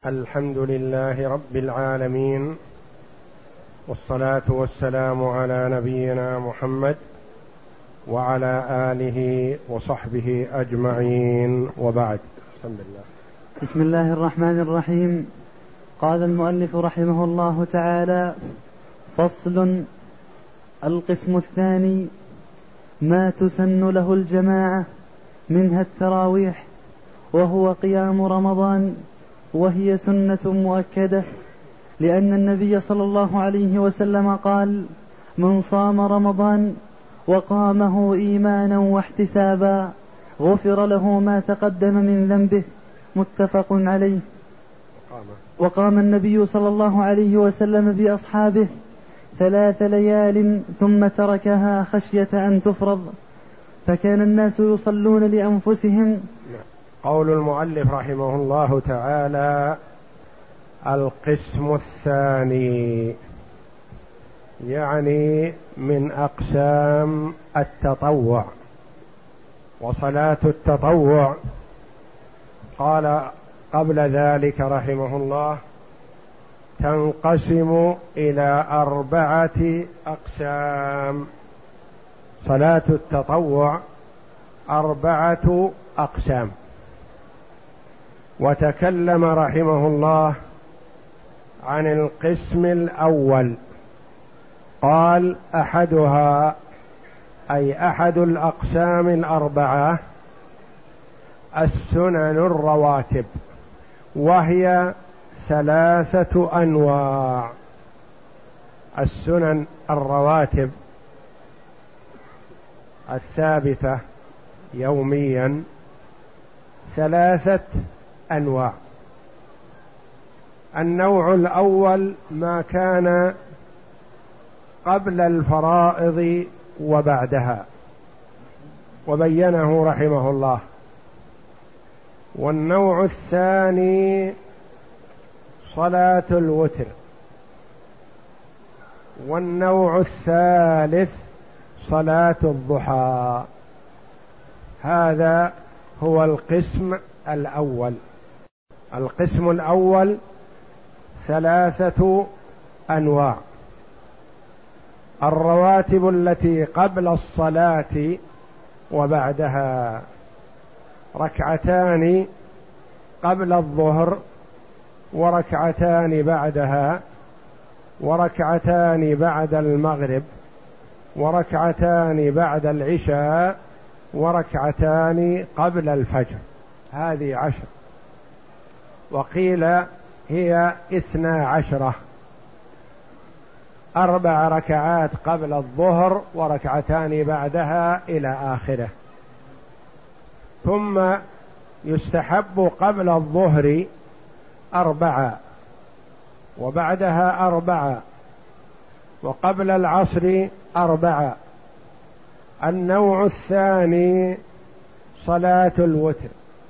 الحمد لله رب العالمين، والصلاة والسلام على نبينا محمد وعلى آله وصحبه أجمعين، وبعد. بسم الله الرحمن الرحيم. قال المؤلف رحمه الله تعالى: فصل. القسم الثاني ما تسن له الجماعة، منها التراويح، وهو قيام رمضان، وهي سنة مؤكدة، لأن النبي صلى الله عليه وسلم قال: من صام رمضان وقامه إيمانا واحتسابا غفر له ما تقدم من ذنبه. متفق عليه. وقام النبي صلى الله عليه وسلم بأصحابه 3 ليال ثم تركها خشية أن تفرض، فكان الناس يصلون لأنفسهم. قول المؤلف رحمه الله تعالى: القسم الثاني، يعني من أقسام التطوع وصلاة التطوع. قال قبل ذلك رحمه الله: تنقسم إلى 4 أقسام. صلاة التطوع 4 أقسام. وتكلم رحمه الله عن القسم الأول، قال: أحدها، أي أحد الأقسام 4، السنن الرواتب، وهي 3 أنواع. السنن الرواتب الثابتة يوميا 3 أنواع. النوع الأول ما كان قبل الفرائض وبعدها، وبينه رحمه الله. والنوع الثاني صلاة الوتر. والنوع الثالث صلاة الضحى. هذا هو القسم الأول. القسم الأول 3 أنواع: الرواتب التي قبل الصلاة وبعدها، 2 قبل الظهر، 2 بعدها، 2 بعد المغرب، 2 بعد العشاء، 2 قبل الفجر. هذه 10. وقيل هي 12، 4 ركعات قبل الظهر و2 بعدها إلى آخره. ثم يستحب قبل الظهر 4، وبعدها 4، وقبل العصر 4. النوع الثاني صلاة الوتر،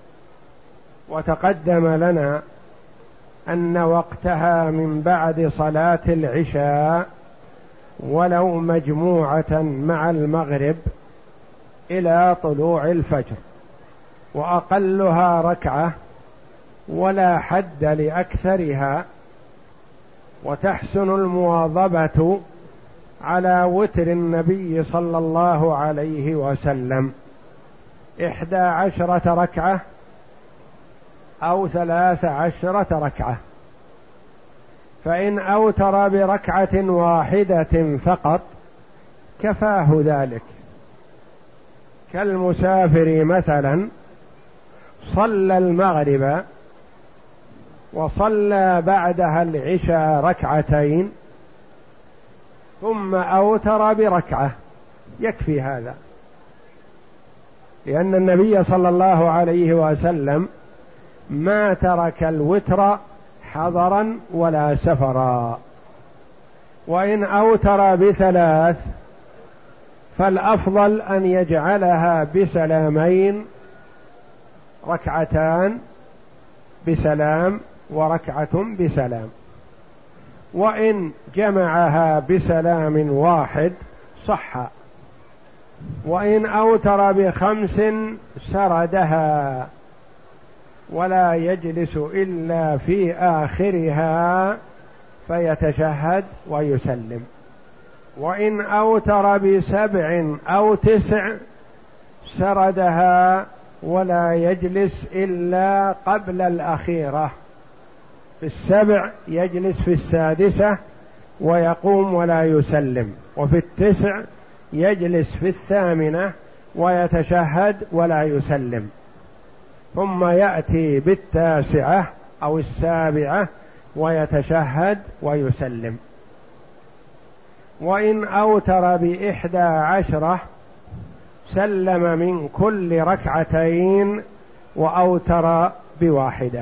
وتقدم لنا أن وقتها من بعد صلاة العشاء، ولو مجموعة مع المغرب، إلى طلوع الفجر، وأقلها 1 ركعة، ولا حد لأكثرها. وتحسن المواظبة على وتر النبي صلى الله عليه وسلم 11 ركعة أو 13 ركعة. فإن أوتر ب1 واحدة فقط كفاه ذلك، كالمسافر مثلا صلى المغرب وصلى بعدها العشاء 2 ثم أوتر ب1، يكفي هذا، لأن النبي صلى الله عليه وسلم ما ترك الوتر حضرا ولا سفرا. وإن أوتر ب3 فالأفضل أن يجعلها بسلامين، 2 بسلام و1 بسلام. وإن جمعها بسلام واحد صح. وإن أوتر ب5 سردها ولا يجلس إلا في آخرها فيتشهد ويسلم. وإن أوتر ب7 أو 9 سردها ولا يجلس إلا قبل الأخيرة. في 7 يجلس في 6 ويقوم ولا يسلم، وفي 9 يجلس في 8 ويتشهد ولا يسلم، ثم يأتي بال9 أو 7 ويتشهد ويسلم. وإن أوتر ب11 سلم من كل 2 وأوتر ب1.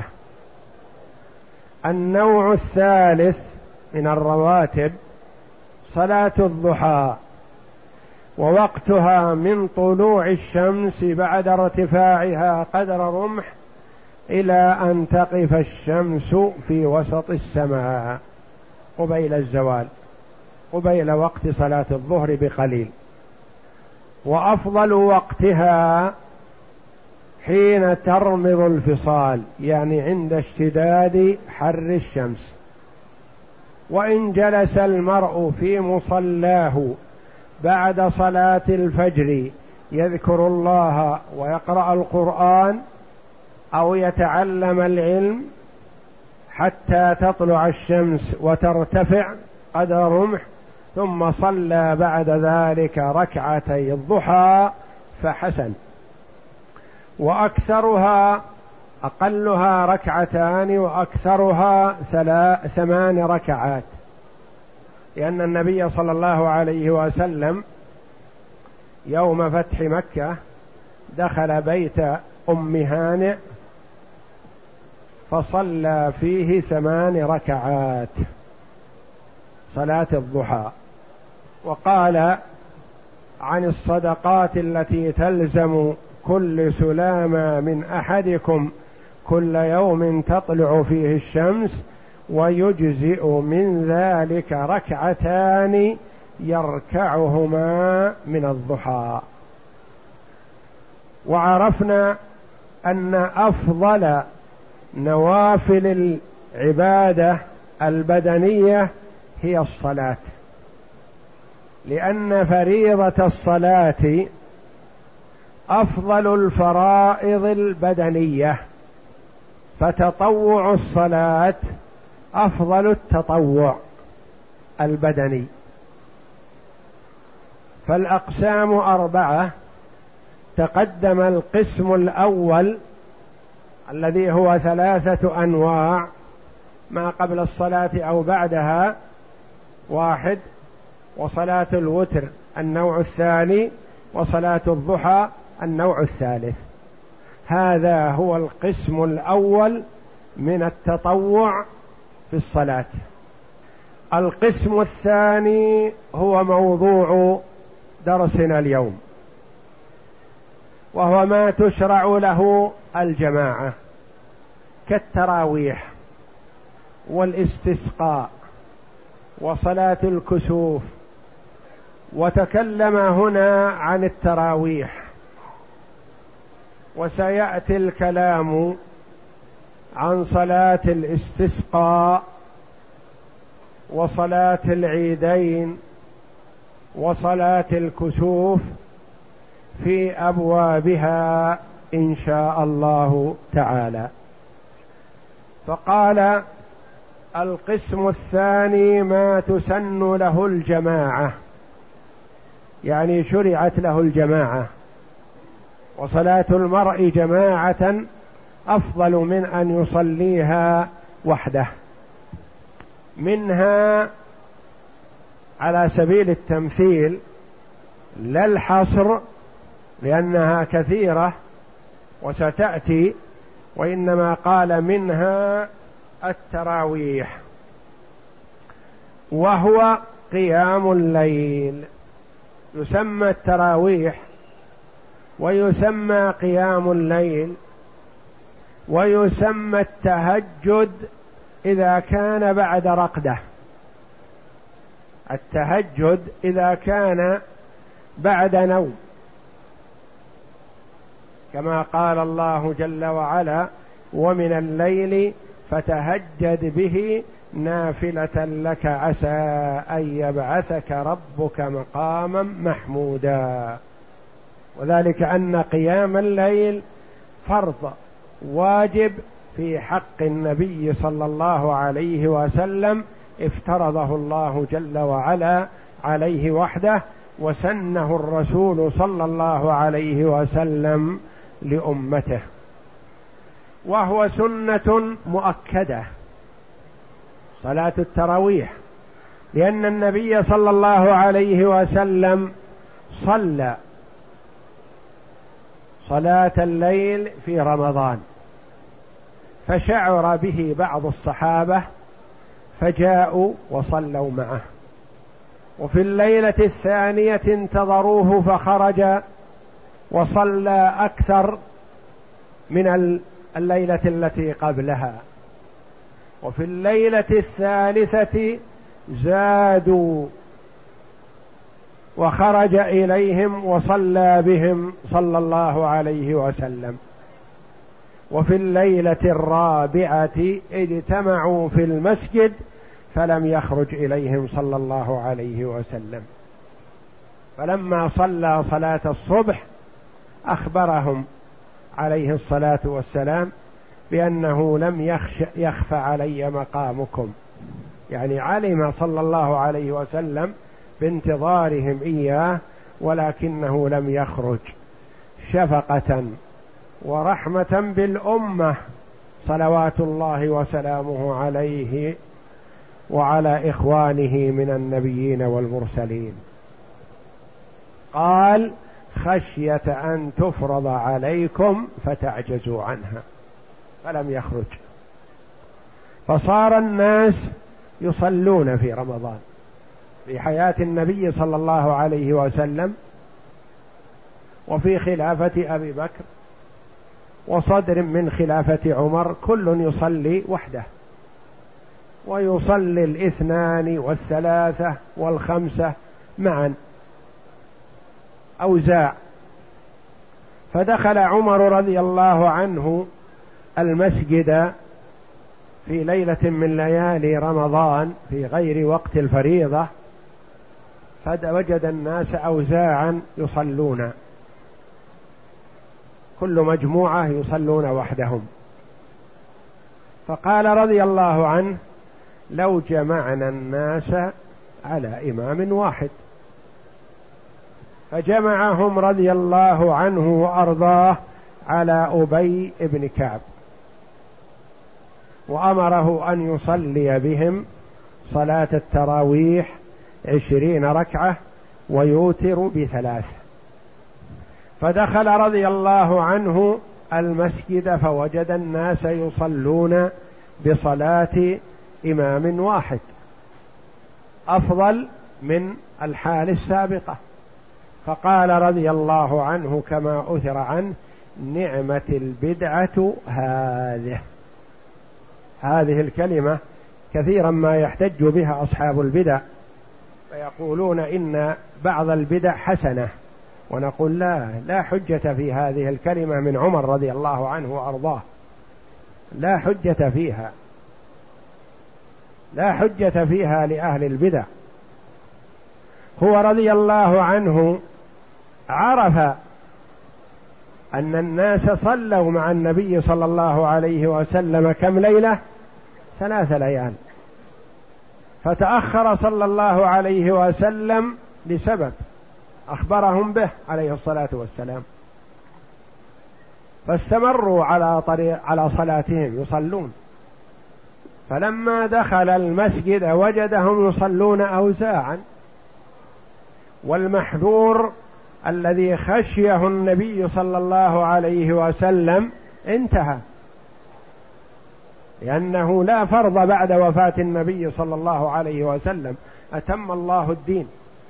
النوع الثالث من الرواتب صلاة الضحى، ووقتها من طلوع الشمس بعد ارتفاعها قدر رمح إلى أن تقف الشمس في وسط السماء قبيل الزوال، قبيل وقت صلاة الظهر بقليل. وأفضل وقتها حين ترمض الفصال، يعني عند اشتداد حر الشمس. وإن جلس المرء في مصلاه بعد صلاة الفجر يذكر الله ويقرأ القرآن أو يتعلم العلم حتى تطلع الشمس وترتفع قدر رمح، ثم صلى بعد ذلك 2 الضحى فحسن. وأكثرها أقلها 2 وأكثرها 8 ركعات، لأن النبي صلى الله عليه وسلم يوم فتح مكة دخل بيت أم هانئ فصلى فيه 8 ركعات صلاة الضحى. وقال عن الصدقات التي تلزم كل سلامة من أحدكم كل يوم تطلع فيه الشمس ويجزئ من ذلك 2 يركعهما من الضحى. وعرفنا أن أفضل نوافل العبادة البدنية هي الصلاة، لأن فريضة الصلاة أفضل الفرائض البدنية، فتطوع الصلاة أفضل التطوع البدني. فالأقسام 4. تقدم القسم الأول الذي هو 3 أنواع، ما قبل الصلاة أو بعدها 1، وصلاة الوتر النوع 2، وصلاة الضحى النوع 3. هذا هو القسم الأول من التطوع في الصلاة. القسم الثاني هو موضوع درسنا اليوم، وهو ما تشرع له الجماعة كالتراويح والاستسقاء وصلاة الكسوف. وتكلم هنا عن التراويح، وسيأتي الكلام عن صلاة الاستسقاء وصلاة العيدين وصلاة الكسوف في أبوابها إن شاء الله تعالى. فقال القسم الثاني ما تسن له الجماعة، يعني شرعت له الجماعة، وصلاة المرء جماعة أفضل من أن يصليها وحده. منها على سبيل التمثيل لا الحصر لأنها كثيرة وستأتي، وإنما قال منها التراويح، وهو قيام الليل. يسمى التراويح ويسمى قيام الليل ويسمى التهجد إذا كان بعد رقدة. التهجد إذا كان بعد نوم، كما قال الله جل وعلا ومن الليل فتهجد به نافلة لك عسى أن يبعثك ربك مقاما محمودا. وذلك أن قيام الليل فرض واجب في حق النبي صلى الله عليه وسلم، افترضه الله جل وعلا عليه وحده، وسنه الرسول صلى الله عليه وسلم لأمته، وهو سنة مؤكدة صلاة التراويح، لأن النبي صلى الله عليه وسلم صلى صلاة الليل في رمضان، فشعر به بعض الصحابة فجاءوا وصلوا معه، وفي الليلة الثانية انتظروه فخرج وصلى أكثر من الليلة التي قبلها، وفي الليلة الثالثة زادوا وخرج إليهم وصلى بهم صلى الله عليه وسلم، وفي الليلة الرابعة اجتمعوا في المسجد فلم يخرج إليهم صلى الله عليه وسلم، فلما صلى صلاة الصبح أخبرهم عليه الصلاة والسلام بأنه لم يخف علي مقامكم، يعني علم صلى الله عليه وسلم بانتظارهم إياه، ولكنه لم يخرج شفقة ورحمة بالأمة صلوات الله وسلامه عليه وعلى إخوانه من النبيين والمرسلين. قال خشية أن تفرض عليكم فتعجزوا عنها، فلم يخرج، فصار الناس يصلون في رمضان في حياة النبي صلى الله عليه وسلم، وفي خلافة أبي بكر، وصدر من خلافة عمر، كل يصلي وحده، ويصلي الاثنان والثلاثة والخمسة معا أوزاع. فدخل عمر رضي الله عنه المسجد في ليلة من ليالي رمضان في غير وقت الفريضة، فوجد الناس أوزاعا يصلون، كل مجموعة يصلون وحدهم، فقال رضي الله عنه لو جمعنا الناس على إمام واحد، فجمعهم رضي الله عنه وأرضاه على أبي بن كعب، وأمره أن يصلي بهم صلاة التراويح 20 ركعة ويوتر ب3. فدخل رضي الله عنه المسجد فوجد الناس يصلون بصلاة إمام واحد أفضل من الحال السابقة، فقال رضي الله عنه كما أثر عنه نعمة البدعة هذه الكلمة كثيرا ما يحتج بها أصحاب البدع، فيقولون إن بعض البدع حسنة، ونقول لا حجة في هذه الكلمة من عمر رضي الله عنه وأرضاه، لا حجة فيها لأهل البدع. هو رضي الله عنه عرف أن الناس صلوا مع النبي صلى الله عليه وسلم كم ليلة؟ 3 ليال، فتأخر صلى الله عليه وسلم لسبب أخبرهم به عليه الصلاة والسلام، فاستمروا على صلاتهم يصلون، فلما دخل المسجد وجدهم يصلون أوزاعا، والمحذور الذي خشيه النبي صلى الله عليه وسلم انتهى، لأنه لا فرض بعد وفاة النبي صلى الله عليه وسلم، أتم الله الدين،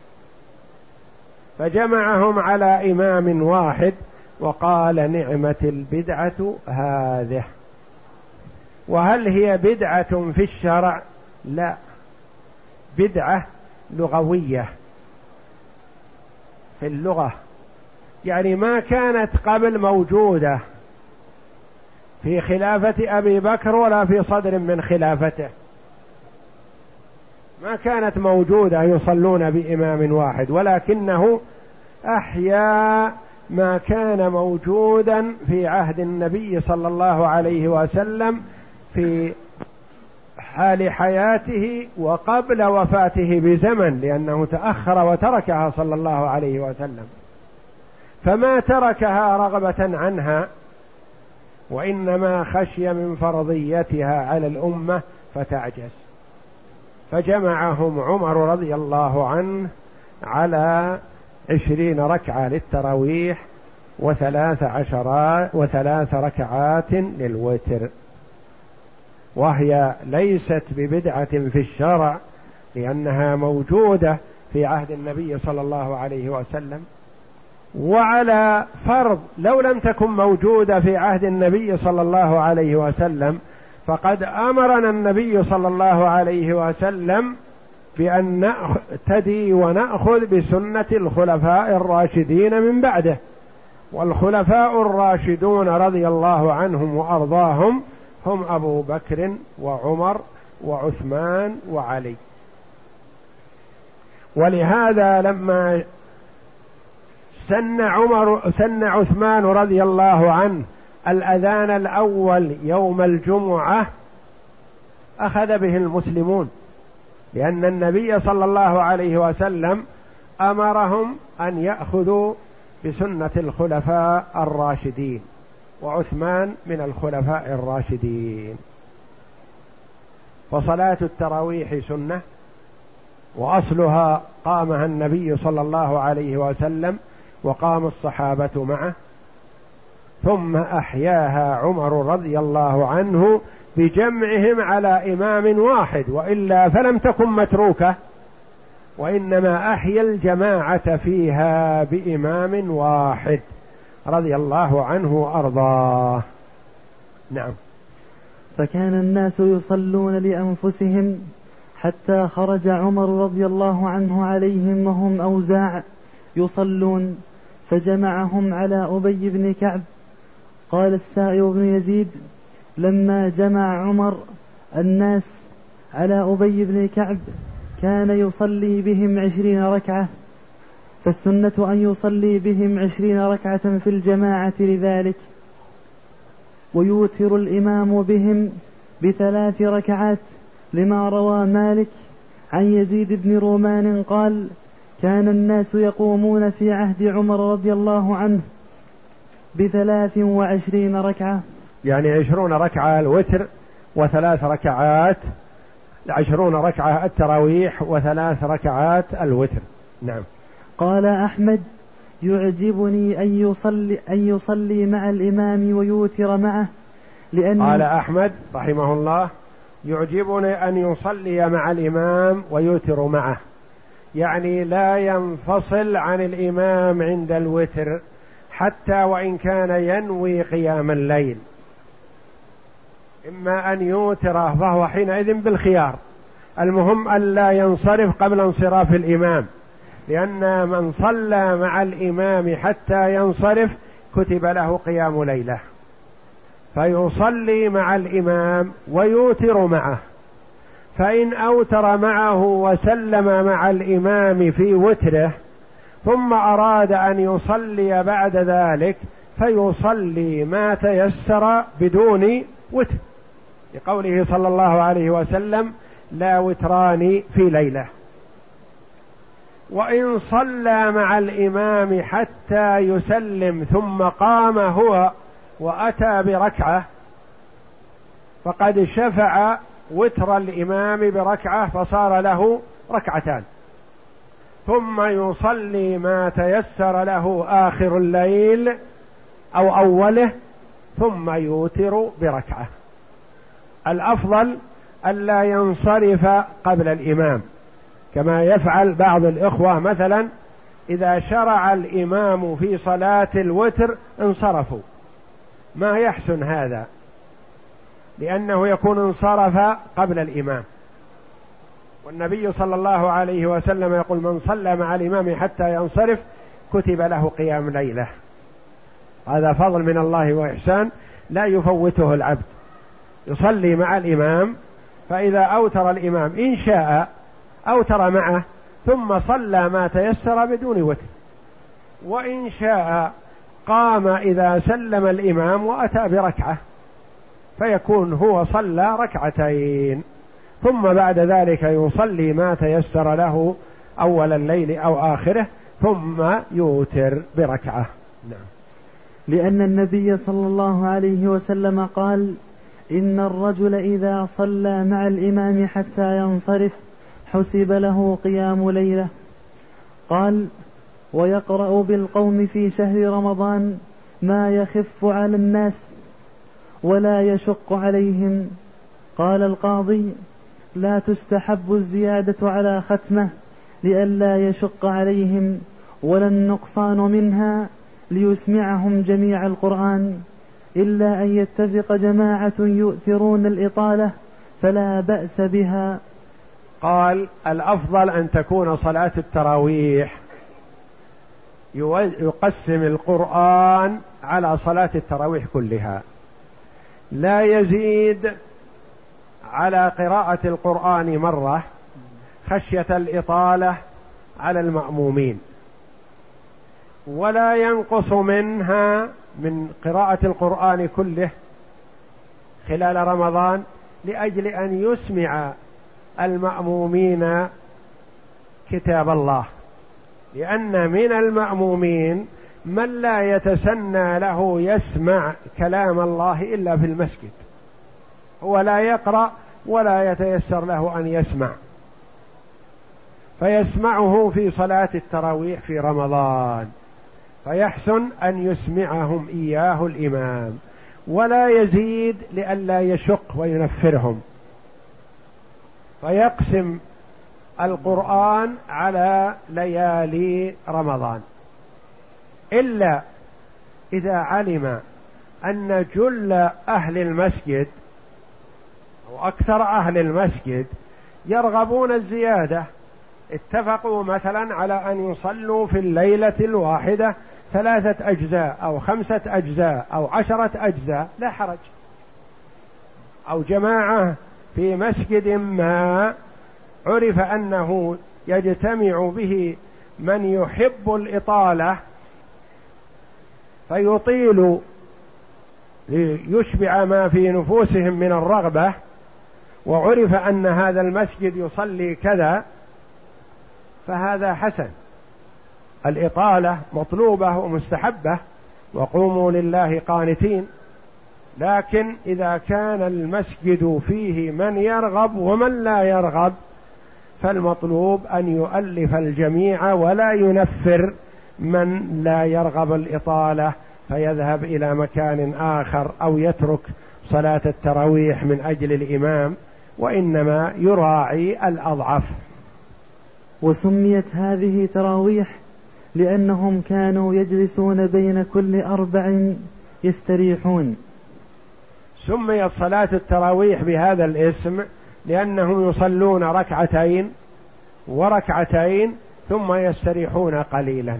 فجمعهم على إمام واحد وقال نعمة البدعة هذه. وهل هي بدعة في الشرع؟ لا، بدعة لغوية في اللغة، يعني ما كانت قبل موجودة في خلافة أبي بكر ولا في صدر من خلافته، ما كانت موجودة يصلون بإمام واحد، ولكنه أحيا ما كان موجودا في عهد النبي صلى الله عليه وسلم في حال حياته وقبل وفاته بزمن، لأنه تأخر وتركها صلى الله عليه وسلم، فما تركها رغبة عنها، وإنما خشي من فرضيتها على الأمة فتعجز، فجمعهم عمر رضي الله عنه على 20 ركعة للتراويح وثلاث ركعات للوتر، وهي ليست ببدعة في الشرع، لأنها موجودة في عهد النبي صلى الله عليه وسلم. وعلى فرض لو لم تكن موجودة في عهد النبي صلى الله عليه وسلم، فقد أمرنا النبي صلى الله عليه وسلم بأن نقتدي ونأخذ بسنة الخلفاء الراشدين من بعده، والخلفاء الراشدون رضي الله عنهم وأرضاهم هم أبو بكر وعمر وعثمان وعلي. ولهذا لما سن عثمان رضي الله عنه الأذان الأول يوم الجمعة أخذ به المسلمون، لأن النبي صلى الله عليه وسلم أمرهم أن يأخذوا بسنة الخلفاء الراشدين، وعثمان من الخلفاء الراشدين. فصلاة التراويح سنة، وأصلها قامها النبي صلى الله عليه وسلم وقام الصحابة معه، ثم أحياها عمر رضي الله عنه بجمعهم على إمام واحد، وإلا فلم تكن متروكة، وإنما أحيا الجماعة فيها بإمام واحد رضي الله عنه وأرضاه. نعم. فكان الناس يصلون لأنفسهم حتى خرج عمر رضي الله عنه عليهم وهم أوزاع يصلون، فجمعهم على أبي بن كعب. قال السائب بن يزيد: لما جمع عمر الناس على أبي بن كعب كان يصلي بهم 20 ركعة، فالسنة أن يصلي بهم 20 ركعة في الجماعة لذلك، ويوتر الإمام بهم ب3 ركعات، لما روى مالك عن يزيد بن رومان قال: كان الناس يقومون في عهد عمر رضي الله عنه ب23 ركعة، يعني 20 ركعة الوتر و3 ركعات، 20 ركعة التراويح و3 ركعات الوتر. نعم. قال أحمد: يعجبني أن يصلي مع الإمام ويوتر معه، قال أحمد رحمه الله: يعجبني أن يصلي مع الإمام ويوتر معه، يعني لا ينفصل عن الإمام عند الوتر حتى وإن كان ينوي قيام الليل، إما أن يوتر فهو حينئذ بالخيار، المهم أن لا ينصرف قبل انصراف الإمام، لأن من صلى مع الإمام حتى ينصرف كتب له قيام ليلة، فيصلي مع الإمام ويوتر معه، فإن أوتر معه وسلم مع الإمام في وتره ثم أراد أن يصلي بعد ذلك فيصلي ما تيسر بدون وتر، لقوله صلى الله عليه وسلم: لا وتران في ليلة. وإن صلى مع الإمام حتى يسلم ثم قام هو وأتى بركعة فقد شفع وتر الإمام بركعة فصار له ركعتان، ثم يصلي ما تيسر له آخر الليل أو أوله ثم يوتر بركعة. الأفضل ألا ينصرف قبل الإمام، كما يفعل بعض الإخوة، مثلا إذا شرع الإمام في صلاة الوتر انصرفوا، ما يحسن هذا، لأنه يكون انصرف قبل الإمام، والنبي صلى الله عليه وسلم يقول: من صلى مع الإمام حتى ينصرف كتب له قيام ليلة. هذا فضل من الله وإحسان، لا يفوته العبد، يصلي مع الإمام، فإذا أوتر الإمام إن شاء أوتر معه ثم صلى ما تيسر بدون وتر، وإن شاء قام إذا سلم الإمام وأتى بركعة فيكون هو صلى ركعتين، ثم بعد ذلك يصلي ما تيسر له أول الليل أو آخره ثم يوتر بركعة. نعم. لأن النبي صلى الله عليه وسلم قال: إن الرجل إذا صلى مع الإمام حتى ينصرف حسب له قيام ليلة. قال: ويقرأ بالقوم في شهر رمضان ما يخف على الناس ولا يشق عليهم. قال القاضي: لا تستحب الزيادة على ختمة لئلا يشق عليهم، ولا النقصان منها ليسمعهم جميع القرآن، إلا أن يتفق جماعة يؤثرون الإطالة فلا بأس بها. قال: الأفضل أن تكون صلاة التراويح يقسم القرآن على صلاة التراويح كلها، لا يزيد على قراءة القرآن مرة خشية الإطالة على المأمومين، ولا ينقص منها من قراءة القرآن كله خلال رمضان لأجل أن يسمع المأمومين كتاب الله، لأن من المأمومين من لا يتسنى له يسمع كلام الله إلا في المسجد، هو لا يقرأ ولا يتيسر له أن يسمع، فيسمعه في صلاة التراويح في رمضان، فيحسن أن يسمعهم إياه الإمام، ولا يزيد لئلا يشق وينفرهم، فيقسم القرآن على ليالي رمضان، إلا إذا علم أن جل أهل المسجد أو أكثر أهل المسجد يرغبون الزيادة، اتفقوا مثلا على أن يصلوا في الليلة الواحدة 3 أجزاء أو 5 أجزاء أو 10 أجزاء لا حرج، أو جماعة في مسجد ما عرف أنه يجتمع به من يحب الإطالة فيطيل ليشبع ما في نفوسهم من الرغبة، وعرف أن هذا المسجد يصلي كذا، فهذا حسن، الإطالة مطلوبة ومستحبة، وقوموا لله قانتين، لكن إذا كان المسجد فيه من يرغب ومن لا يرغب فالمطلوب أن يؤلف الجميع ولا ينفر من لا يرغب الإطالة فيذهب إلى مكان آخر أو يترك صلاة التراويح من أجل الإمام، وإنما يراعي الأضعف. وسميت هذه تراويح لأنهم كانوا يجلسون بين كل 4 يستريحون. سميت صلاة التراويح بهذا الاسم لأنهم يصلون 2 وركعتين ثم يستريحون قليلا،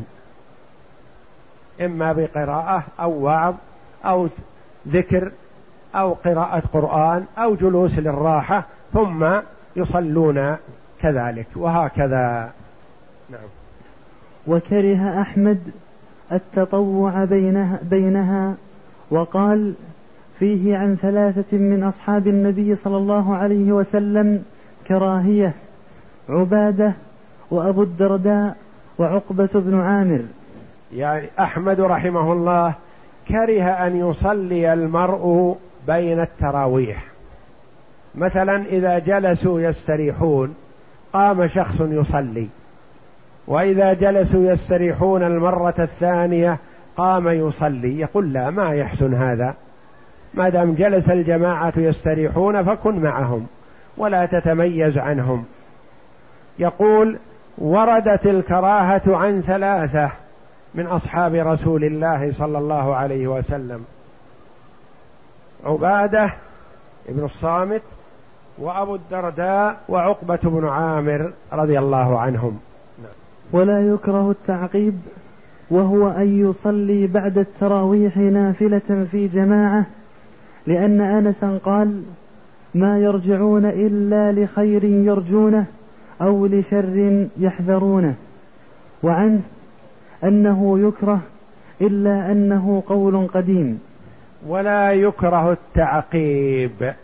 إما بقراءة أو وعظ أو ذكر أو قراءة قرآن أو جلوس للراحة، ثم يصلون كذلك، وهكذا. نعم. وكره أحمد التطوع بينها وقال فيه عن 3 من أصحاب النبي صلى الله عليه وسلم كراهية: عبادة وأبو الدرداء وعقبة بن عامر. يعني أحمد رحمه الله كره أن يصلي المرء بين التراويح، مثلا إذا جلسوا يستريحون قام شخص يصلي، وإذا جلسوا يستريحون المرة الثانية قام يصلي، يقول لا، ما يحسن هذا، ما دام جلس الجماعة يستريحون فكن معهم ولا تتميز عنهم. يقول: وردت الكراهة عن 3 من أصحاب رسول الله صلى الله عليه وسلم: عبادة ابن الصامت وأبو الدرداء وعقبة بن عامر رضي الله عنهم. ولا يكره التعقيب، وهو أن يصلي بعد التراويح نافلة في جماعة لأن أنسا قال: ما يرجعون إلا لخير يرجونه أو لشر يحذرونه. وعنه أنه يكره إلا أنه قول قديم. ولا يكره التعقيب.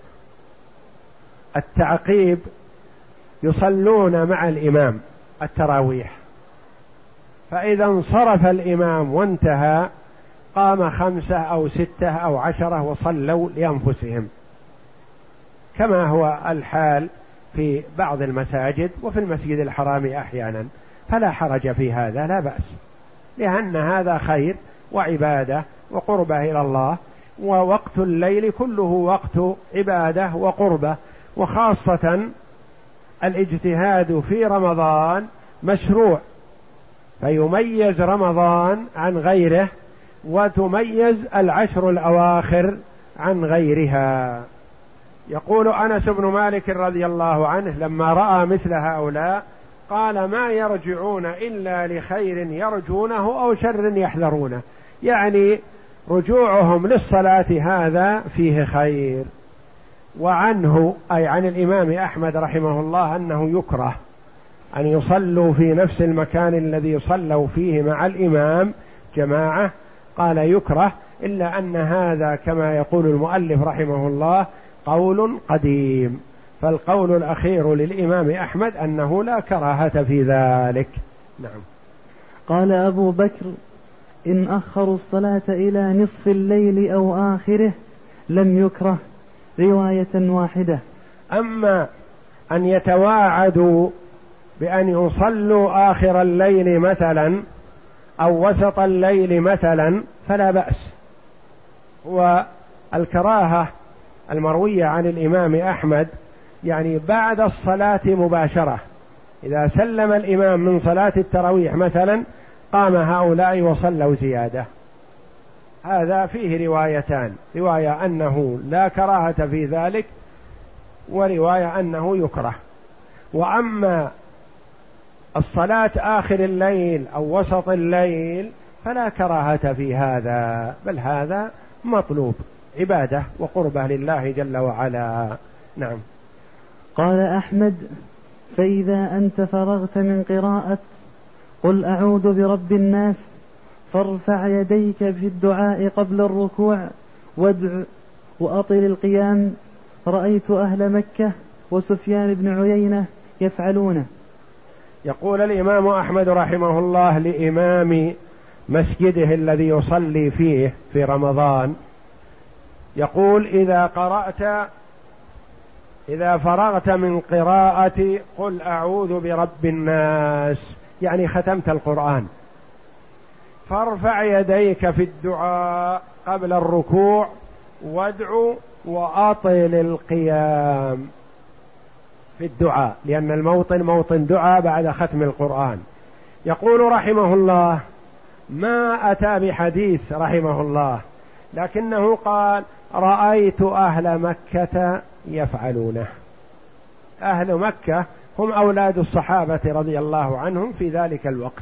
التعقيب يصلون مع الإمام التراويح، فإذا انصرف الإمام وانتهى قام 5 أو 6 أو 10 وصلوا لأنفسهم، كما هو الحال في بعض المساجد وفي المسجد الحرام أحيانا، فلا حرج في هذا، لا بأس، لأن هذا خير وعبادة وقربة إلى الله، ووقت الليل كله وقت عبادة وقربة، وخاصة الاجتهاد في رمضان مشروع، فيميز رمضان عن غيره وتميز العشر الأواخر عن غيرها. يقول أنس بن مالك رضي الله عنه لما رأى مثل هؤلاء قال: ما يرجعون إلا لخير يرجونه أو شر يحذرونه، يعني رجوعهم للصلاة هذا فيه خير. وعنه أي عن الإمام أحمد رحمه الله أنه يكره أن يصلوا في نفس المكان الذي صلوا فيه مع الإمام جماعة، قال يكره، إلا أن هذا كما يقول المؤلف رحمه الله قول قديم، فالقول الأخير للإمام أحمد أنه لا كراهة في ذلك. نعم. قال أبو بكر: إن أخروا الصلاة إلى نصف الليل أو آخره لم يكره، رواية واحدة. أما أن يتواعدوا بأن يصلوا آخر الليل مثلا أو وسط الليل مثلا فلا بأس. والكراهة المروية عن الإمام أحمد يعني بعد الصلاة مباشرة، إذا سلم الإمام من صلاة التراويح مثلا قام هؤلاء وصلوا زيادة، هذا فيه روايتان، رواية أنه لا كراهة في ذلك، ورواية أنه يكره. وأما الصلاة آخر الليل أو وسط الليل فلا كراهة في هذا، بل هذا مطلوب عبادة وقربة لله جل وعلا. نعم. قال أحمد: فإذا أنت فرغت من قراءة قل أعوذ برب الناس فارفع يديك في الدعاء قبل الركوع وادع وأطل القيام، رأيت أهل مكة وسفيان بن عيينة يفعلونه. يقول الإمام أحمد رحمه الله لإمام مسجده الذي يصلي فيه في رمضان، يقول: إذا فرغت من قراءة قل أعوذ برب الناس، يعني ختمت القرآن، فارفع يديك في الدعاء قبل الركوع وادعو وأطل القيام في الدعاء، لأن الموطن موطن دعاء بعد ختم القرآن. يقول رحمه الله: ما أتى بحديث رحمه الله، لكنه قال: رأيت أهل مكة يفعلونه. أهل مكة هم أولاد الصحابة رضي الله عنهم في ذلك الوقت،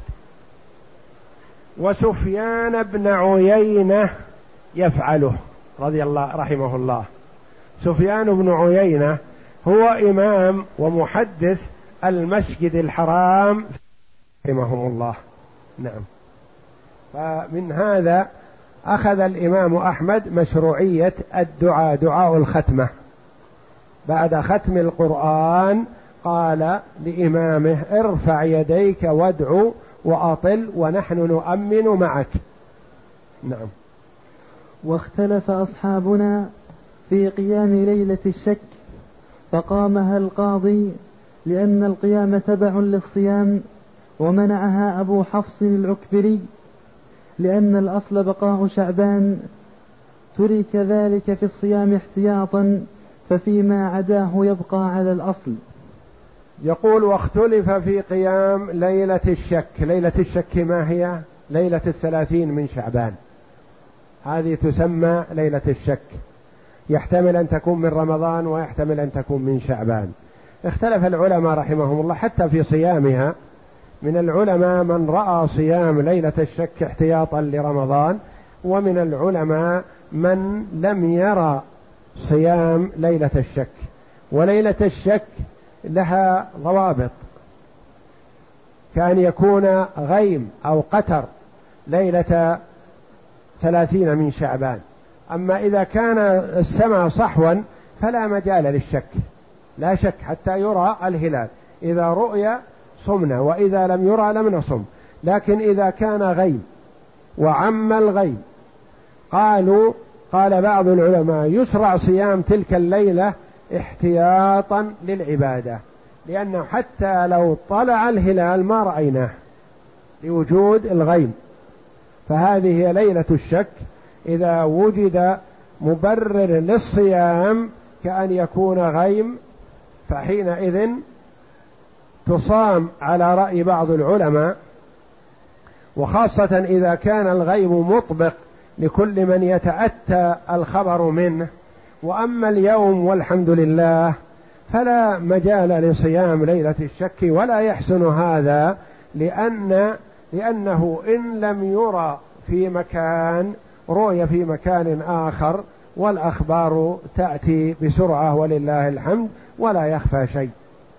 وسفيان بن عيينة يفعله رضي الله رحمه الله. سفيان بن عيينة هو إمام ومحدث المسجد الحرام رحمهم الله. نعم. فمن هذا أخذ الإمام أحمد مشروعية الدعاء، دعاء الختمة بعد ختم القرآن، قال لإمامه: ارفع يديك وادعو وأطل ونحن نؤمن معك. نعم. واختلف أصحابنا في قيام ليلة الشك، فقامها القاضي لأن القيام تبع للصيام، ومنعها أبو حفص العكبري لأن الأصل بقاء شعبان، ترك ذلك في الصيام احتياطا، ففيما عداه يبقى على الأصل. يقول: واختلف في قيام ليلة الشك. ليلة الشك ما هي؟ ليلة 30 من شعبان، هذه تسمى ليلة الشك، يحتمل أن تكون من رمضان ويحتمل أن تكون من شعبان. اختلف العلماء رحمهم الله حتى في صيامها، من العلماء من رأى صيام ليلة الشك احتياطا لرمضان، ومن العلماء من لم يرى صيام ليلة الشك. وليلة الشك لها ضوابط، كأن يكون غيم أو قتر ليلة 30 من شعبان. أما إذا كان السماء صحوا فلا مجال للشك، لا شك حتى يرى الهلال، إذا رؤي صمنا وإذا لم يرى لم نصم. لكن إذا كان غيم وعم الغيم قال بعض العلماء يشرع صيام تلك الليلة احتياطا للعبادة، لأنه حتى لو طلع الهلال ما رأيناه لوجود الغيم. فهذه هي ليلة الشك، إذا وجد مبرر للصيام كأن يكون غيم فحينئذ تصام على رأي بعض العلماء، وخاصة إذا كان الغيم مطبق لكل من يتأتى الخبر منه. وأما اليوم والحمد لله فلا مجال لصيام ليلة الشك، ولا يحسن هذا لأنه إن لم يرى في مكان رؤي في مكان آخر، والأخبار تأتي بسرعة ولله الحمد ولا يخفى شيء.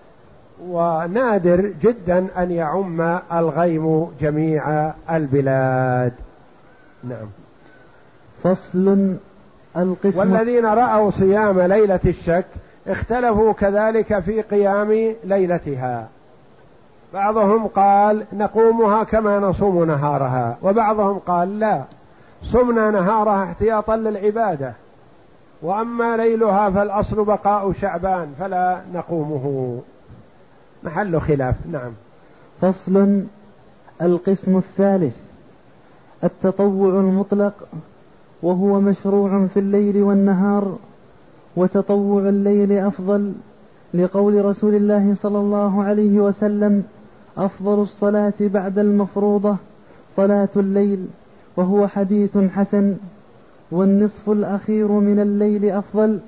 ونادر جدا أن يعم الغيم جميع البلاد. نعم. فصل القسم. والذين رأوا صيام ليلة الشك اختلفوا كذلك في قيام ليلتها، بعضهم قال نقومها كما نصوم نهارها، وبعضهم قال لا، صمنا نهارها احتياطا للعبادة، وأما ليلها فالأصل بقاء شعبان فلا نقومه. محل خلاف. نعم. فصل القسم الثالث التطوع المطلق، وهو مشروع في الليل والنهار، وتطوع الليل أفضل، لقول رسول الله صلى الله عليه وسلم: أفضل الصلاة بعد المفروضة صلاة الليل، وهو حديث حسن. والنصف الأخير من الليل أفضل.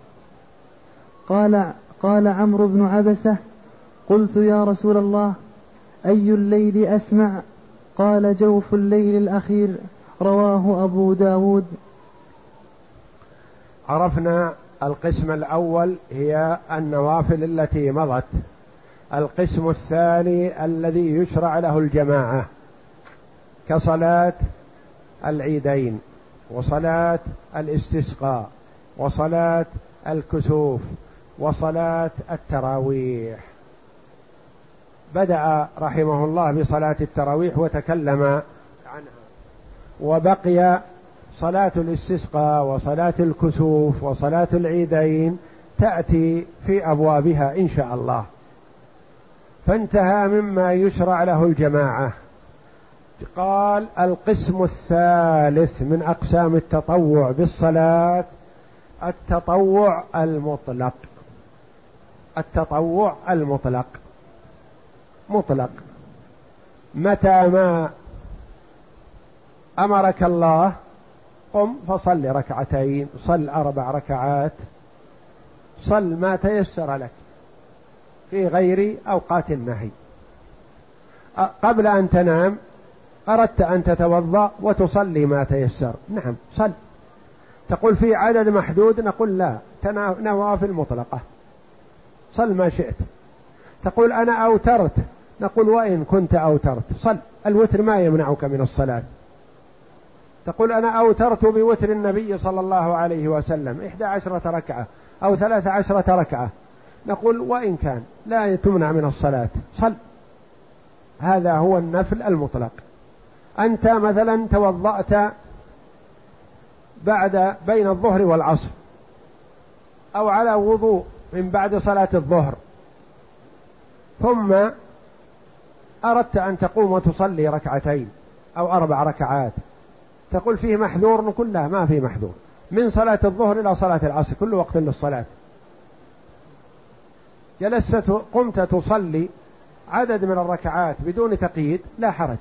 قال عمرو بن عبسة: قلت يا رسول الله أي الليل أسمع؟ قال: جوف الليل الأخير. رواه أبو داود. عرفنا القسم الأول هي النوافل التي مضت. القسم الثاني الذي يشرع له الجماعة، كصلاة العيدين وصلاة الاستسقاء وصلاة الكسوف وصلاة التراويح. بدأ رحمه الله بصلاة التراويح وتكلم عنها، وبقي صلاة الاستسقاء وصلاة الكسوف وصلاة العيدين تأتي في أبوابها إن شاء الله. فانتهى مما يشرع له الجماعة. قال: القسم الثالث من أقسام التطوع بالصلاة التطوع المطلق. التطوع المطلق مطلق، متى ما أمرك الله قم فصل ركعتين، صل 4 ركعات، صل ما تيسر لك في غير أوقات النهي. قبل أن تنام أردت أن تتوضأ وتصلي ما تيسر، نعم صل. تقول في عدد محدود، نقول لا، نوافل مطلقة، صل ما شئت. تقول أنا أوترت، نقول وإن كنت أوترت صل، الوتر ما يمنعك من الصلاة. تقول أنا أوترت بوتر النبي صلى الله عليه وسلم 11 ركعة أو 13 ركعة، نقول وإن كان لا تمنع من الصلاة، صل. هذا هو النفل المطلق. أنت مثلا توضأت بين الظهر والعصر أو على وضوء من بعد صلاة الظهر، ثم أردت أن تقوم وتصلي ركعتين أو 4 ركعات، تقول فيه محذور؟ نقول لا، ما فيه محذور، من صلاة الظهر إلى صلاة العصر كل وقت للصلاة. جلست قمت تصلي عدد من الركعات بدون تقييد، لا حرج.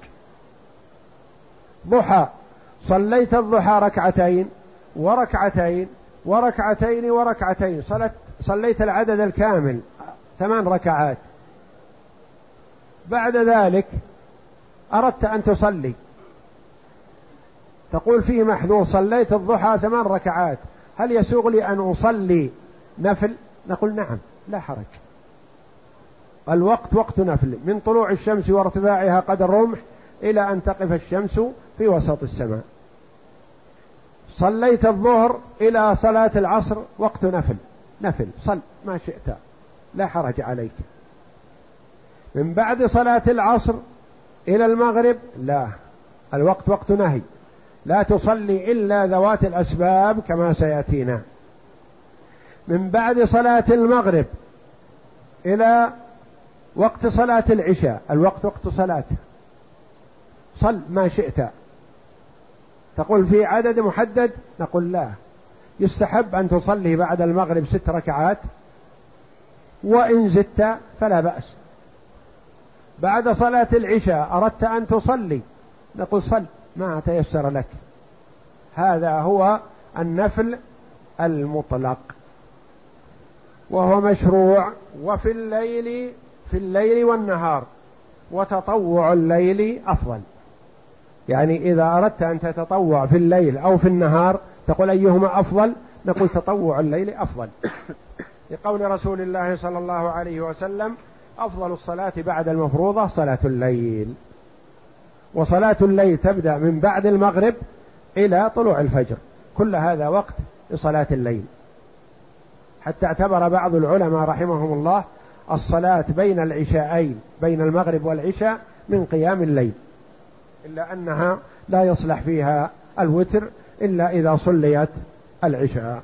ضحى، صليت الضحى ركعتين وركعتين وركعتين وركعتين، صليت العدد الكامل 8 ركعات. بعد ذلك أردت أن تصلي، تقول فيه محذور، صليت الضحى 8 ركعات، هل يسوغ لي أن أصلي نفل؟ نقول نعم لا حرج، الوقت وقت نفل من طلوع الشمس وارتفاعها قدر الرمح إلى أن تقف الشمس في وسط السماء. صليت الظهر إلى صلاة العصر وقت نفل صل ما شئت لا حرج عليك. من بعد صلاة العصر إلى المغرب لا، الوقت وقت نهي، لا تصلي إلا ذوات الأسباب كما سيأتينا. من بعد صلاة المغرب إلى وقت صلاة العشاء الوقت وقت صلاة، صل ما شئت. تقول في عدد محدد؟ نقول لا، يستحب أن تصلي بعد المغرب 6 ركعات، وإن زدت فلا بأس. بعد صلاة العشاء أردت أن تصلي، نقول صل ما تيسر لك. هذا هو النفل المطلق وهو مشروع. وفي الليل والنهار، وتطوع الليل أفضل. يعني إذا أردت أن تتطوع في الليل أو في النهار تقول أيهما أفضل؟ نقول تطوع الليل أفضل، لقول رسول الله صلى الله عليه وسلم أفضل الصلاة بعد المفروضة صلاة الليل. وصلاة الليل تبدأ من بعد المغرب إلى طلوع الفجر، كل هذا وقت لصلاة الليل. حتى اعتبر بعض العلماء رحمهم الله الصلاة بين العشاءين بين المغرب والعشاء من قيام الليل، إلا أنها لا يصلح فيها الوتر إلا إذا صليت العشاء.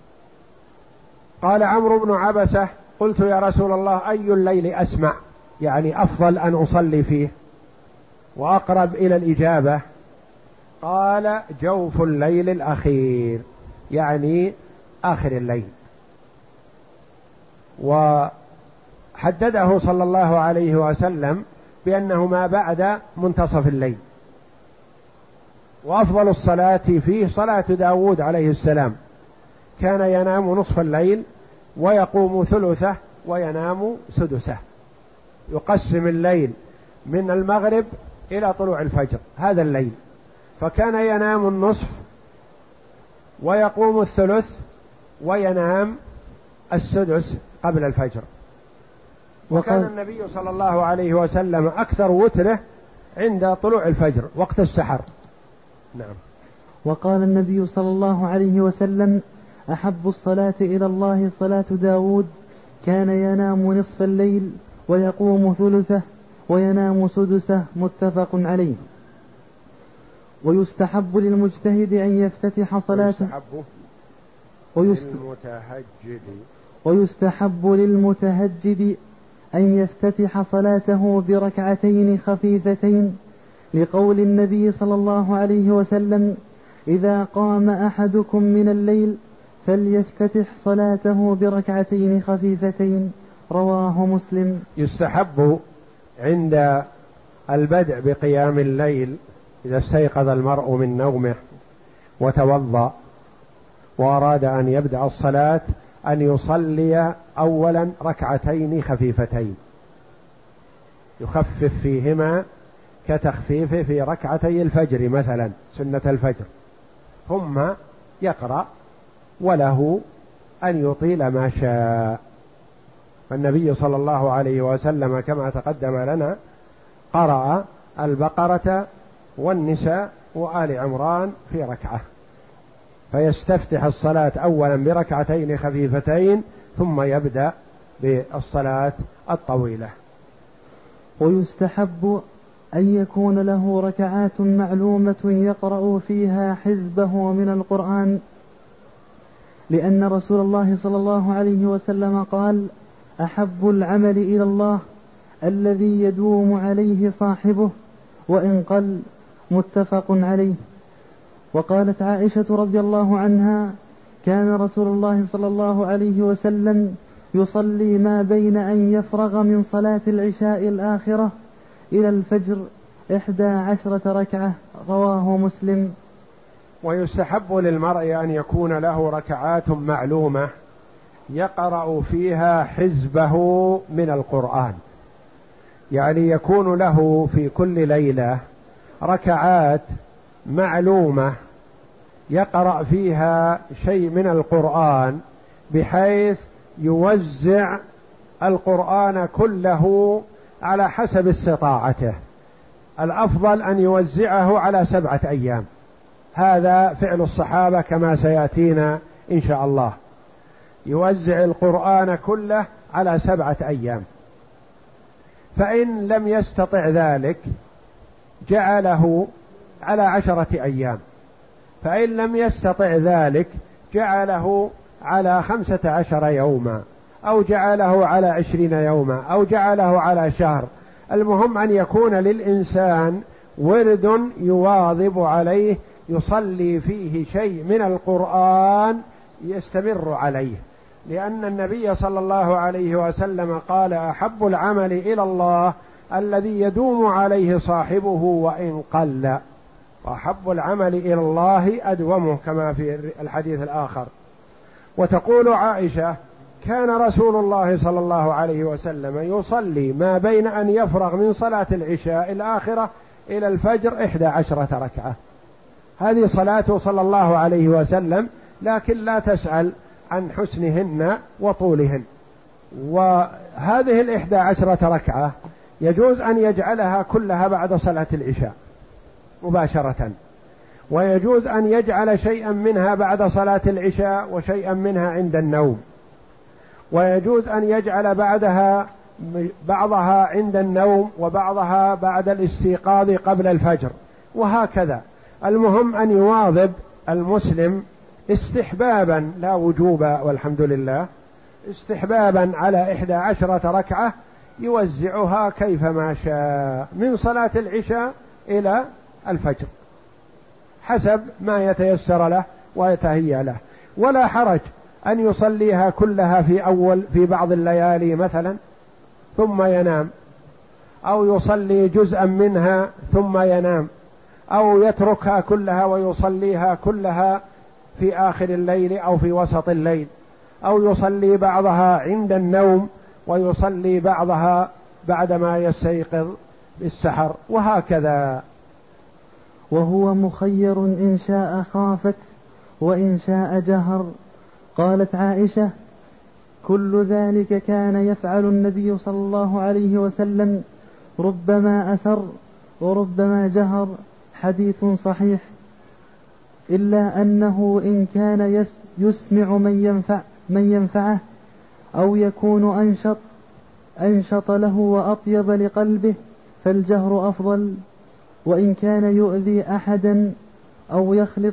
قال عمرو بن عبسة قلت يا رسول الله أي الليل أسمع، يعني أفضل أن أصلي فيه وأقرب إلى الإجابة؟ قال جوف الليل الأخير، يعني آخر الليل. وحدده صلى الله عليه وسلم بأنه ما بعد منتصف الليل. وأفضل الصلاة فيه صلاة داود عليه السلام، كان ينام نصف الليل ويقوم ثلثه وينام سدسه، يقسم الليل من المغرب إلى طلوع الفجر، هذا الليل. فكان ينام النصف ويقوم الثلث وينام السدس قبل الفجر. وكان النبي صلى الله عليه وسلم أكثر وتره عند طلوع الفجر وقت السحر. نعم. وقال النبي صلى الله عليه وسلم أحب الصلاة إلى الله صلاة داود، كان ينام نصف الليل ويقوم ثلثه وينام سدسه، متفق عليه. ويستحب للمجتهد أن يفتتح صلاته ويستحب للمتهجد أن يفتتح صلاته بركعتين خفيفتين، لقول النبي صلى الله عليه وسلم إذا قام أحدكم من الليل فليفتتح صلاته بركعتين خفيفتين، رواه مسلم. يستحب عند البدء بقيام الليل إذا استيقظ المرء من نومه وتوضأ وأراد أن يبدأ الصلاة أن يصلي أولا ركعتين خفيفتين، يخفف فيهما كتخفيف في ركعتي الفجر مثلا سنة الفجر، ثم يقرأ، وله أن يطيل ما شاء. فالنبي صلى الله عليه وسلم كما تقدم لنا قرأ البقرة والنساء وآل عمران في ركعة، فيستفتح الصلاة أولا بركعتين خفيفتين ثم يبدأ بالصلاة الطويلة. ويستحب أن يكون له ركعات معلومة يقرأ فيها حزبه من القرآن، لأن رسول الله صلى الله عليه وسلم قال أحب العمل إلى الله الذي يدوم عليه صاحبه وإن قل، متفق عليه. وقالت عائشة رضي الله عنها كان رسول الله صلى الله عليه وسلم يصلي ما بين أن يفرغ من صلاة العشاء الآخرة إلى الفجر 11 ركعة، رواه مسلم. ويستحب للمرء أن يكون له ركعات معلومة يقرأ فيها حزبه من القرآن، يعني يكون له في كل ليلة ركعات معلومة يقرأ فيها شيء من القرآن بحيث يوزع القرآن كله على حسب استطاعته. الأفضل أن يوزعه على 7 أيام، هذا فعل الصحابة كما سيأتينا إن شاء الله، يوزع القرآن كله على 7 أيام. فإن لم يستطع ذلك جعله على 10 أيام، فإن لم يستطع ذلك جعله على 15 يوما، أو جعله على 20 يوما، أو جعله على شهر. المهم أن يكون للإنسان ورد يواظب عليه يصلي فيه شيء من القرآن يستمر عليه، لأن النبي صلى الله عليه وسلم قال: أحب العمل إلى الله الذي يدوم عليه صاحبه وإن قل، وأحب العمل إلى الله أدومه، كما في الحديث الآخر. وتقول عائشة: كان رسول الله صلى الله عليه وسلم يصلي ما بين أن يفرغ من صلاة العشاء الآخرة إلى الفجر 11 ركعة. هذه صلاته صلى الله عليه وسلم، لكن لا تسأل عن حسنهن وطولهن. وهذه 11 ركعة يجوز أن يجعلها كلها بعد صلاة العشاء مباشرة، ويجوز أن يجعل شيئا منها بعد صلاة العشاء وشيئا منها عند النوم، ويجوز أن يجعل بعضها عند النوم وبعضها بعد الاستيقاظ قبل الفجر، وهكذا. المهم أن يواظب المسلم استحبابا لا وجوبا، والحمد لله، استحبابا على 11 ركعة يوزعها كيفما شاء من صلاة العشاء إلى الفجر حسب ما يتيسر له ويتهيأ له. ولا حرج أن يصليها كلها في بعض الليالي مثلا ثم ينام، أو يصلي جزءا منها ثم ينام، أو يتركها كلها ويصليها كلها في آخر الليل أو في وسط الليل، أو يصلي بعضها عند النوم ويصلي بعضها بعدما يستيقظ بالسحر، وهكذا. وهو مخير إن شاء خافت وإن شاء جهر. قالت عائشة: كل ذلك كان يفعل النبي صلى الله عليه وسلم، ربما أسر وربما جهر. حديث صحيح، إلا أنه إن كان يسمع من ينفعه أو يكون أنشط له وأطيب لقلبه فالجهر أفضل، وإن كان يؤذي أحدا أو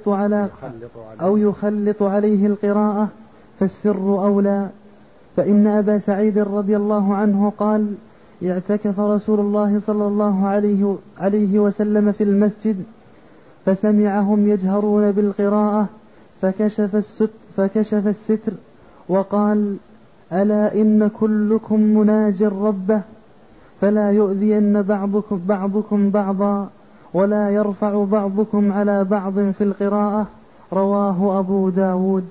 يخلط عليه القراءة فالسر أولى. فإن أبا سعيد رضي الله عنه قال: اعتكف رسول الله صلى الله عليه وسلم في المسجد فسمعهم يجهرون بالقراءة فكشف الستر وقال: ألا إن كلكم مناج ربه فلا يؤذين بعضكم بعضا ولا يرفع بعضكم على بعض في القراءة. رواه أبو داود.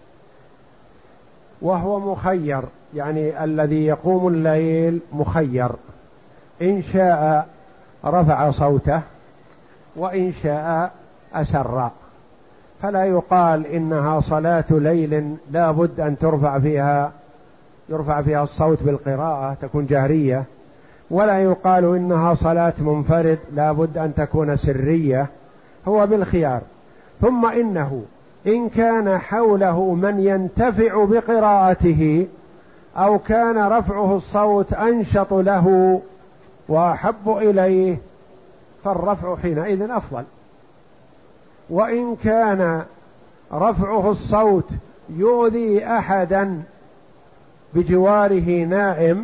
وهو مخير، يعني الذي يقوم الليل مخير، إن شاء رفع صوته وإن شاء أسر، فلا يقال إنها صلاة ليل لا بد أن يرفع فيها الصوت بالقراءة تكون جهرية، ولا يقال إنها صلاة منفرد لا بد أن تكون سرية، هو بالخيار. ثم إنه إن كان حوله من ينتفع بقراءته أو كان رفعه الصوت أنشط له وأحب إليه فالرفع حينئذ أفضل. وإن كان رفعه الصوت يؤذي أحدا بجواره نائم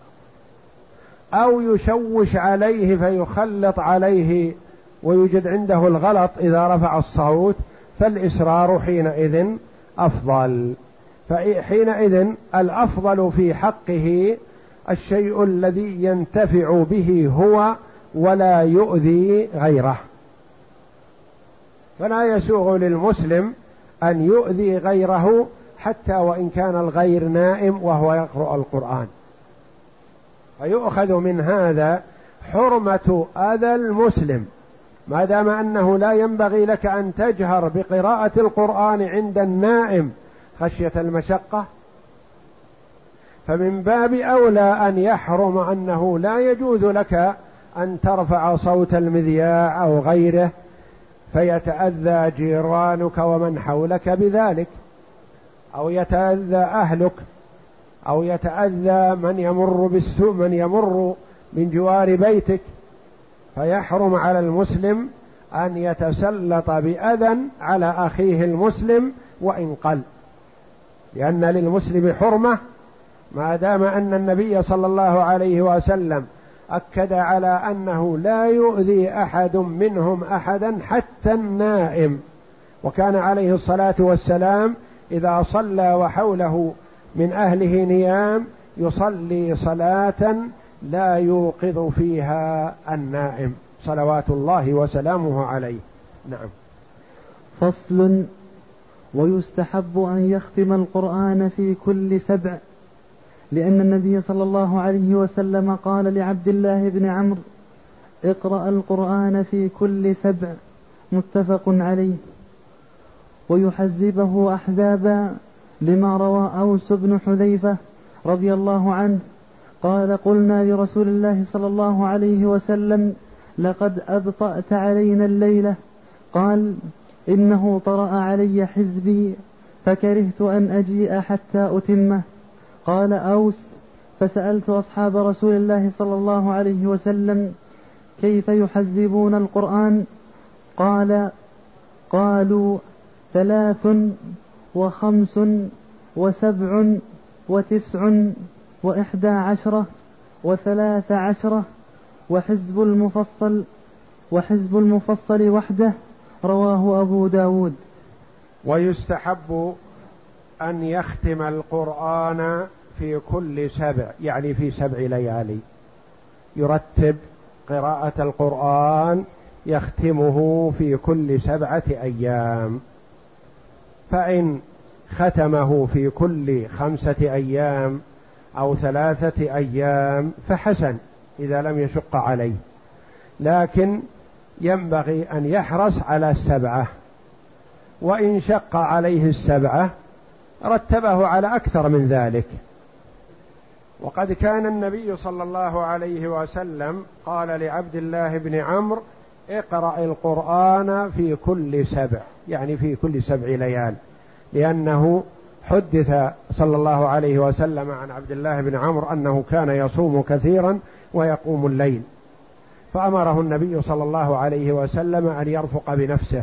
أو يشوش عليه فيخلط عليه ويوجد عنده الغلط إذا رفع الصوت فالإسرار حينئذ أفضل. فحينئذ الأفضل في حقه الشيء الذي ينتفع به هو ولا يؤذي غيره، فلا يسوغ للمسلم أن يؤذي غيره حتى وإن كان الغير نائم وهو يقرأ القرآن. فيؤخذ من هذا حرمة أذى المسلم ما دام أنه لا ينبغي لك أن تجهر بقراءة القرآن عند النائم خشية المشقة، فمن باب أولى أن يحرم أنه لا يجوز لك أن ترفع صوت المذياع أو غيره فيتأذى جيرانك ومن حولك بذلك، أو يتأذى أهلك، أو يتأذى من يمر بالسوق، من يمر من جوار بيتك، فيحرم على المسلم أن يتسلط بأذى على أخيه المسلم وإن قل، لأن للمسلم حرمة ما دام أن النبي صلى الله عليه وسلم أكد على أنه لا يؤذي أحد منهم أحدا حتى النائم، وكان عليه الصلاة والسلام إذا صلى وحوله من أهله نيام يصلي صلاة لا يوقظ فيها النائم صلوات الله وسلامه عليه. نعم. فصل. ويستحب أن يختم القرآن في كل 7، لأن النبي صلى الله عليه وسلم قال لعبد الله بن عمرو: اقرأ القرآن في كل 7، متفق عليه. ويحزبه أحزابا، لما روى أوس بن حذيفة رضي الله عنه قال: قلنا لرسول الله صلى الله عليه وسلم: لقد أبطأت علينا الليلة. قال: إنه طرأ علي حزبي فكرهت أن أجيء حتى أتمه. قال أوس: فسألت أصحاب رسول الله صلى الله عليه وسلم: كيف يحزبون القرآن؟ قالوا 3 و5 و7 و9 و11 و13 وحزب المفصل وحده. رواه أبو داود. ويستحب أن يختم القرآن في كل 7، يعني في 7 ليالي، يرتب قراءة القرآن يختمه في كل 7 أيام، فإن ختمه في كل 5 أيام أو 3 أيام فحسن إذا لم يشق عليه، لكن ينبغي أن يحرص على 7، وإن شق عليه 7 رتبه على أكثر من ذلك. وقد كان النبي صلى الله عليه وسلم قال لعبد الله بن عمرو: اقرأ القرآن في كل 7، يعني في كل 7 ليال، لأنه حدث صلى الله عليه وسلم عن عبد الله بن عمرو أنه كان يصوم كثيرا ويقوم الليل، فأمره النبي صلى الله عليه وسلم أن يرفق بنفسه،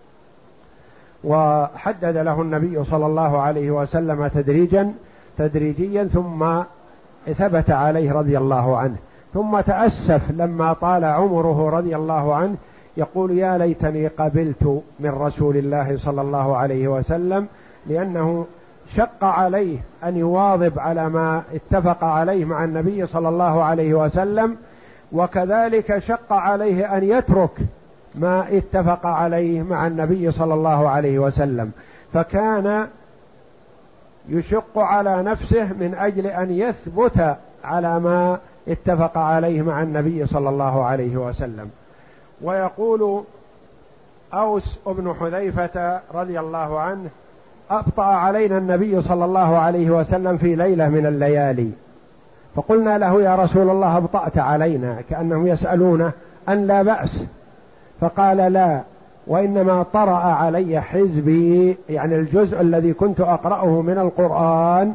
وحدد له النبي صلى الله عليه وسلم تدريجيا ثم ثبت عليه رضي الله عنه، ثم تأسف لما طال عمره رضي الله عنه، يقول: يا ليتني قبلت من رسول الله صلى الله عليه وسلم، لأنه شق عليه أن يواظب على ما اتفق عليه مع النبي صلى الله عليه وسلم، وكذلك شق عليه أن يترك ما اتفق عليه مع النبي صلى الله عليه وسلم، فكان يشق على نفسه من أجل أن يثبت على ما اتفق عليه مع النبي صلى الله عليه وسلم. ويقول أوس بن حذيفة رضي الله عنه: أبطأ علينا النبي صلى الله عليه وسلم في ليلة من الليالي، فقلنا له: يا رسول الله أبطأت علينا، كأنهم يسألونه أن لا بأس، فقال: لا، وإنما طرأ علي حزبي، يعني الجزء الذي كنت أقرأه من القرآن،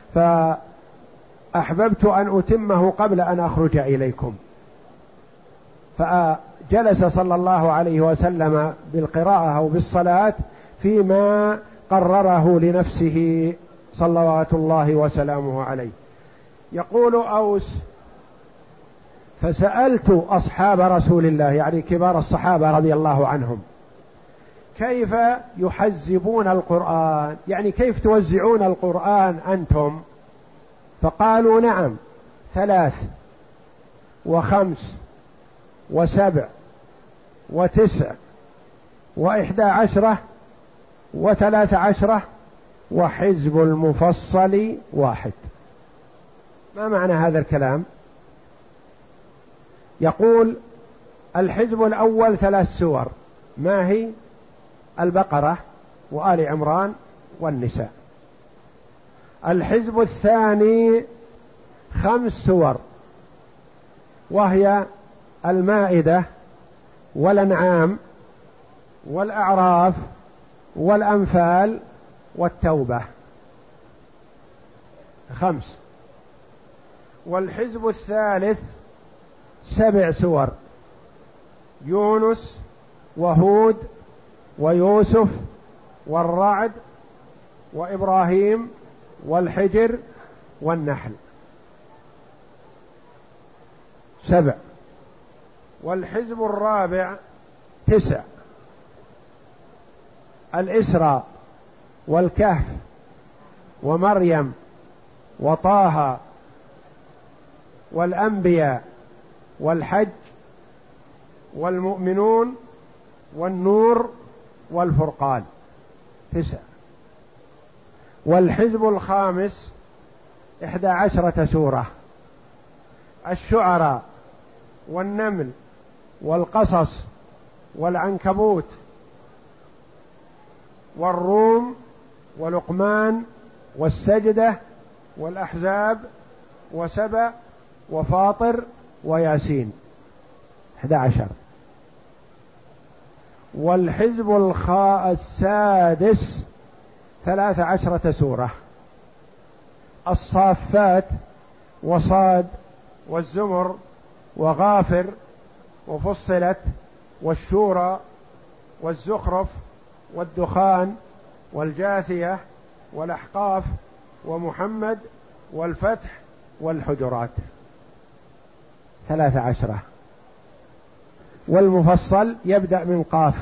فأحببت أن أتمه قبل أن أخرج إليكم. فجلس صلى الله عليه وسلم بالقراءة أو بالصلاة فيما قرره لنفسه صلوات الله وسلامه عليه. يقول أوس: فسألت أصحاب رسول الله، يعني كبار الصحابة رضي الله عنهم: كيف يحزبون القرآن، يعني كيف توزعون القرآن أنتم؟ فقالوا: نعم، 3 و5 و7 و9 و11 و13 وحزب المفصل 1. ما معنى هذا الكلام؟ يقول: الحزب الأول 3 سور، ما هي؟ البقرة وآل عمران والنساء. الحزب الثاني 5 سور، وهي المائدة والأنعام والأعراف والأنفال والتوبة، 5. والحزب الثالث 7 سور، يونس وهود ويوسف والرعد وإبراهيم والحجر والنحل، 7. والحزب الرابع 9، الإسراء والكهف ومريم وطه والأنبياء والحج والمؤمنون والنور والفرقان، 9. والحزب الخامس 11 سورة، الشعراء والنمل والقصص والعنكبوت والروم ولقمان والسجدة والأحزاب وسبأ وفاطر وياسين، 11. والحزب السادس 13 سورة، الصافات وصاد والزمر وغافر وفصلت والشورى والزخرف والدخان والجاثية والأحقاف ومحمد والفتح والحجرات، 13. والمفصل يبدأ من قاف،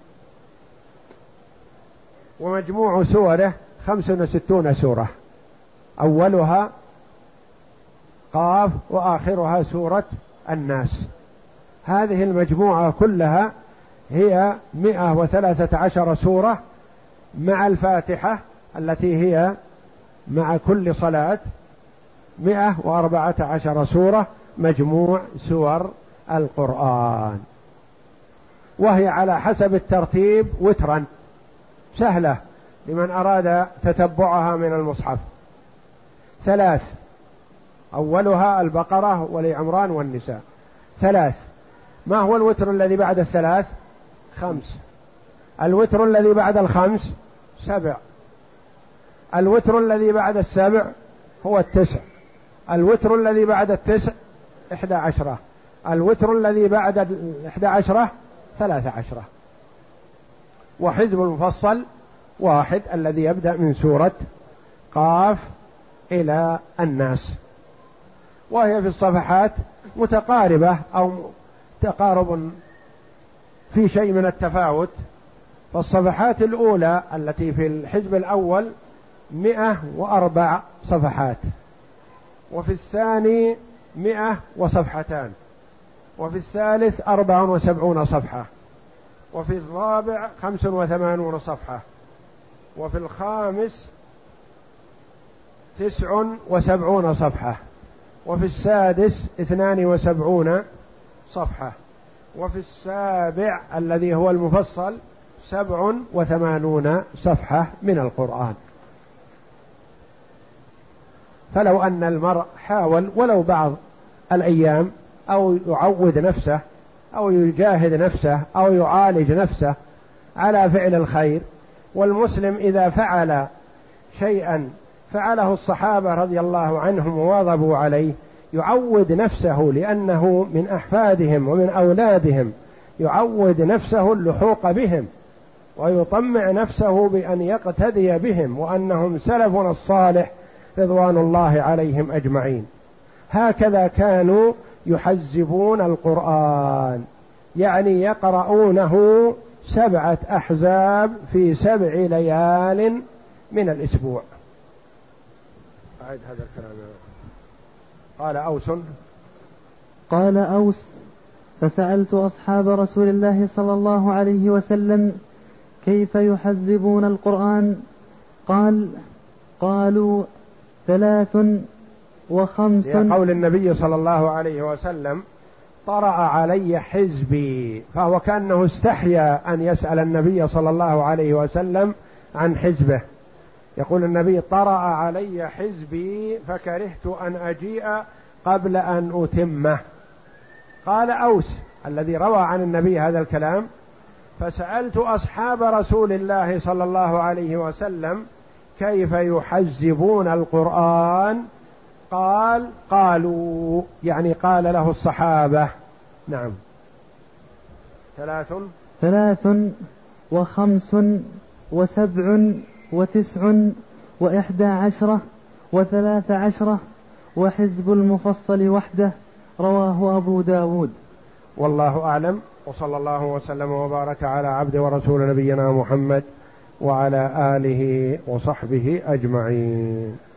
ومجموع سوره 65 سورة، أولها قاف وآخرها سورة الناس. هذه المجموعة كلها هي 113 سورة، مع الفاتحة التي هي مع كل صلاة 114 سورة، مجموع سور القرآن، وهي على حسب الترتيب وترا، سهلة لمن أراد تتبعها من المصحف. 3، أولها البقرة ولعمران والنساء، 3. ما هو الوتر الذي بعد 3؟ 5. الوتر الذي بعد 5 7. الوتر الذي بعد 7 هو 9. الوتر الذي بعد 9 11. الوتر الذي بعد 11 13. وحزب المفصل 1 الذي يبدأ من سورة قاف إلى الناس، وهي في الصفحات متقاربة أو تقارب في شيء من التفاوت. فالصفحات الأولى التي في الحزب الأول 104 صفحات، وفي الثاني 100 وصفحتان، وفي الثالث 74 صفحة، وفي الرابع 85 صفحة، وفي الخامس 79 صفحة، وفي السادس 72 صفحة، وفي السابع الذي هو المفصل 87 صفحة من القرآن. فلو أن المرء حاول ولو بعض الأيام أو يعود نفسه أو يجاهد نفسه أو يعالج نفسه على فعل الخير، والمسلم إذا فعل شيئا فعله الصحابة رضي الله عنهم وواظبوا عليه، يعود نفسه لأنه من أحفادهم ومن أولادهم، يعود نفسه اللحوق بهم ويطمع نفسه بأن يقتدي بهم وأنهم سلفنا الصالح رضوان الله عليهم أجمعين. هكذا كانوا يحزبون القرآن، يعني يقرؤونه 7 أحزاب في 7 ليال من الأسبوع. أعد هذا الكلام. قال أوس: فسألت أصحاب رسول الله صلى الله عليه وسلم كيف يحزبون القرآن؟ قالوا 3 و5. قول النبي صلى الله عليه وسلم طرأ علي حزبي، فهو كأنه استحيا أن يسأل النبي صلى الله عليه وسلم عن حزبه. يقول النبي: طرأ علي حزبي فكرهت أن أجيء قبل أن أتمه. قال أوس الذي روى عن النبي هذا الكلام: فسألت أصحاب رسول الله صلى الله عليه وسلم كيف يحزبون القرآن؟ قالوا يعني قال له الصحابة. نعم. 3 و5 و7 و9 و11 و13 وحزب المفصل وحده، رواه أبو داود. والله أعلم، وصلى الله وسلم وبارك على عبد ورسول نبينا محمد وعلى آله وصحبه أجمعين.